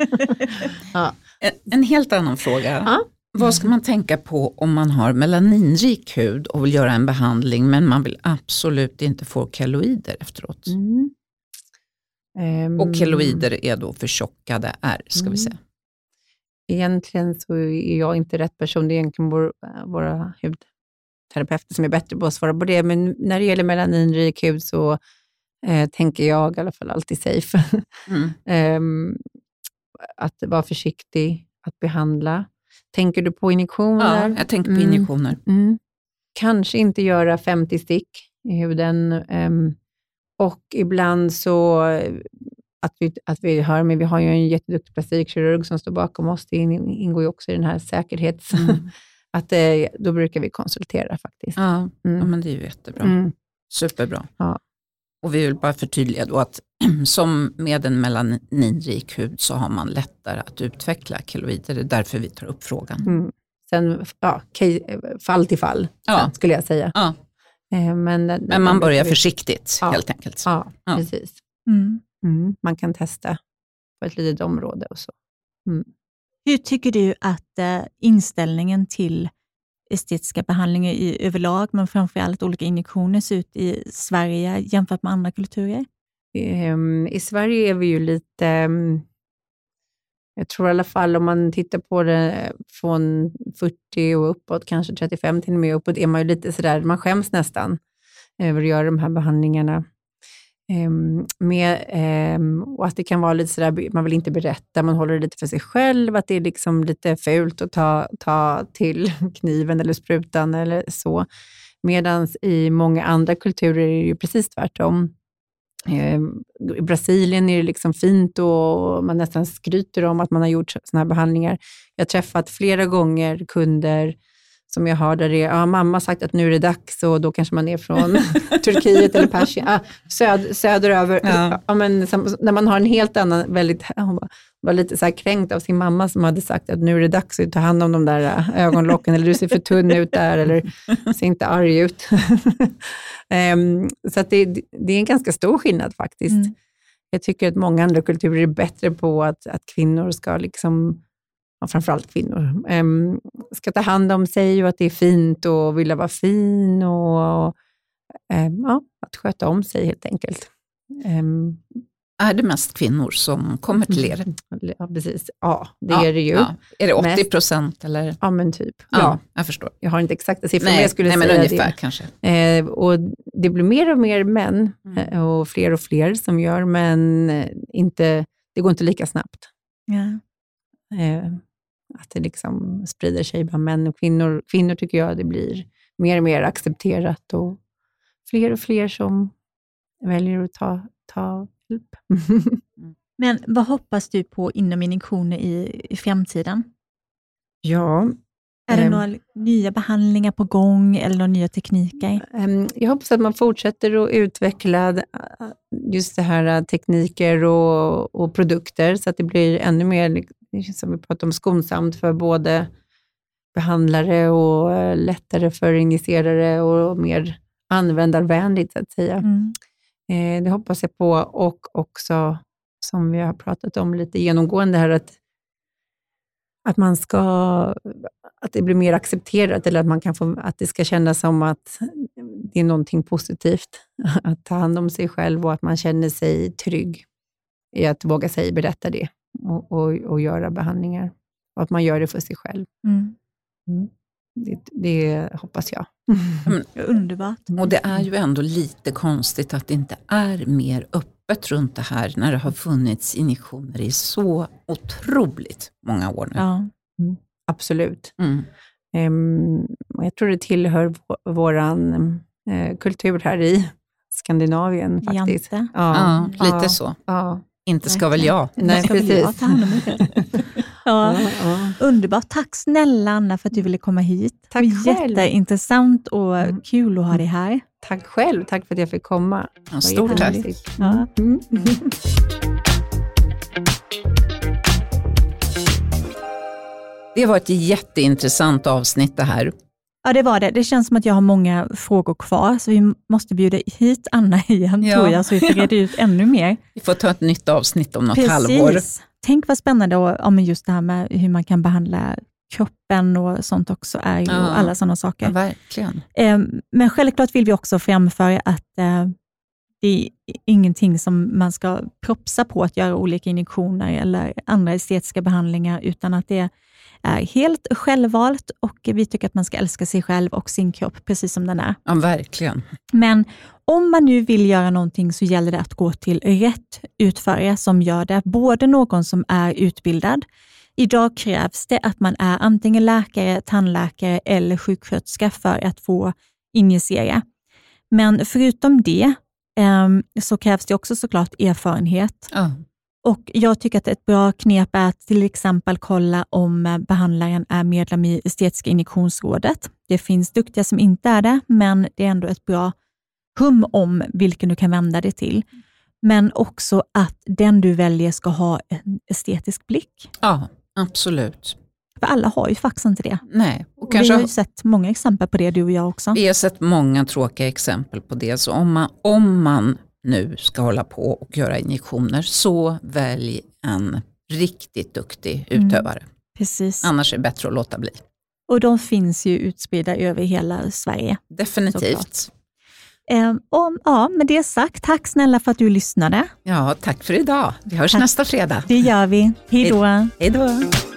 Ja. En, en helt annan fråga. Ja. Vad ska man tänka på om man har melaninrik hud och vill göra en behandling, men man vill absolut inte få keloider efteråt? Mm. Um, och keloider är då förtjockade ärr, ska mm. vi säga. Egentligen så är jag inte rätt person. Det är egentligen vår, våra hudterapeuter som är bättre på att svara på det. Men när det gäller melaninrik hud så eh, tänker jag i alla fall alltid safe. Mm. um, att vara försiktig att behandla. Tänker du på injektioner? Ja, jag tänker på injektioner. Mm. Mm. Kanske inte göra femtio stick i huden. Um, och ibland så att vi, att vi hör, men vi har ju en jätteduktig plastikkirurg som står bakom oss. Det ingår ju också i den här säkerhets... Mm. att eh, då brukar vi konsultera faktiskt. Ja, mm. ja men det är ju jättebra. Mm. Superbra. Ja. Och vi vill bara förtydliga då att som med en melaninrik hud så har man lättare att utveckla keloider. Det är därför vi tar upp frågan. Mm. Sen, ja, fall till fall, ja. skulle jag säga. Ja. Men, Men man börjar försiktigt, ja. helt enkelt. Ja, ja. Precis. Mm. Mm. Man kan testa på ett litet område och så. Mm. Hur tycker du att äh, inställningen till estetiska behandlingar i överlag, men framförallt olika injektioner, ser ut i Sverige jämfört med andra kulturer? Um, I Sverige är vi ju lite, um, jag tror i alla fall om man tittar på det från fyrtio och uppåt, kanske trettiofem till och med uppåt, är man ju lite sådär, man skäms nästan över att göra de här behandlingarna. Um, med, um, och att det kan vara lite sådär, man vill inte berätta, man håller det lite för sig själv, att det är liksom lite fult att ta, ta till kniven eller sprutan eller så. Medan i många andra kulturer är det ju precis tvärtom. Um, I Brasilien är det liksom fint och man nästan skryter om att man har gjort såna här behandlingar. Jag har träffat flera gånger kunder som jag har där det är, ja, mamma har sagt att nu är det dags, och då kanske man är från Turkiet eller Persien, ah, söd, söderöver. Ja. Ja, men, som, när man har en helt annan, väldigt, hon var, var lite så här kränkt av sin mamma som hade sagt att nu är det dags att ta hand om de där ögonlocken, eller du ser för tunn ut där, eller ser inte arg ut. um, så att det, det är en ganska stor skillnad faktiskt. Mm. Jag tycker att många andra kulturer är bättre på att, att kvinnor ska liksom, ja, framförallt kvinnor, um, ska ta hand om sig och att det är fint och vilja vara fin och, och um, ja, att sköta om sig helt enkelt. Um, är det mest kvinnor som kommer till er? Ja, precis. Ja, det ja, är det ju. Ja. Är det åttio procent eller? Ja, men typ. Ja, ja, jag förstår. Jag har inte exakta siffror, nej, men jag skulle nej, säga men ungefär det. Kanske. Eh, och det blir mer och mer män mm. och fler och fler som gör, men inte, det går inte lika snabbt. Ja. Eh, att det liksom sprider sig bland män och kvinnor. Kvinnor tycker jag det blir mer och mer accepterat och fler och fler som väljer att ta, ta hjälp. Men vad hoppas du på inom injektioner i, i framtiden? Ja. Är det äm, några nya behandlingar på gång eller några nya tekniker? äm, jag hoppas att man fortsätter att utveckla just det här tekniker och, och produkter så att det blir ännu mer, som vi pratar om, skonsamt för både behandlare och lättare för injicerare och mer användarvänligt så att säga. Mm. Eh, det hoppas jag på, och också som vi har pratat om lite genomgående här att, att man ska att det blir mer accepterat, eller att man kan få, att det ska kännas som att det är någonting positivt att ta hand om sig själv och att man känner sig trygg i att våga sig berätta det och, och, och göra behandlingar och att man gör det för sig själv. Mm. Mm. Det, det hoppas jag. Mm. Underbart. Och det är ju ändå lite konstigt att det inte är mer öppet runt det här när det har funnits injektioner i så otroligt många år nu. Ja. Mm. Absolut. Mm. Um, jag tror det tillhör vår, våran uh, kultur här i Skandinavien faktiskt. Ja, ja, lite ja. så. Ja. Inte ska väl jag. Nej, ska precis. Jag ta hand om mig. Ja. Ja, ja. Underbart. Tack snälla Anna för att du ville komma hit. Tack själv. Jätteintressant och mm. kul att ha dig här. Tack själv. Tack för att jag fick komma. Ja, stort tack. Ja. Mm. Det var ett jätteintressant avsnitt det här. Ja, det var det. Det känns som att jag har många frågor kvar, så vi måste bjuda hit Anna igen, ja. tror jag, så vi får reda ut ännu mer. Vi får ta ett nytt avsnitt om något Precis. halvår. Tänk vad spännande, och ja, men just det här med hur man kan behandla kroppen och sånt också är ju, ja. alla sådana saker. Ja, verkligen. Eh, men självklart vill vi också framföra att eh, det är ingenting som man ska propsa på att göra olika injektioner eller andra estetiska behandlingar, utan att det är helt självvalt, och vi tycker att man ska älska sig själv och sin kropp precis som den är. Ja, verkligen. Men om man nu vill göra någonting så gäller det att gå till rätt utförare som gör det. Både någon som är utbildad. Idag krävs det att man är antingen läkare, tandläkare eller sjuksköterska för att få injicera. Men förutom det eh, så krävs det också såklart erfarenhet. Ja. Och jag tycker att ett bra knep är att till exempel kolla om behandlaren är medlem i Estetiska injektionsrådet. Det finns duktiga som inte är det, men det är ändå ett bra hum om vilken du kan vända dig till. Men också att den du väljer ska ha en estetisk blick. Ja, absolut. För alla har ju faktiskt inte det. Nej. Och och kanske vi har ju sett många exempel på det, du och jag också. Vi har sett många tråkiga exempel på det. Så om man, om man nu ska hålla på och göra injektioner, så välj en riktigt duktig utövare. Mm, precis. Annars är det bättre att låta bli. Och de finns ju utspridda över hela Sverige. Definitivt. Um, och, ja, med det sagt, tack snälla för att du lyssnade. Ja, tack för idag. Vi hörs tack. nästa fredag. Det gör vi. Hej då. Hej då.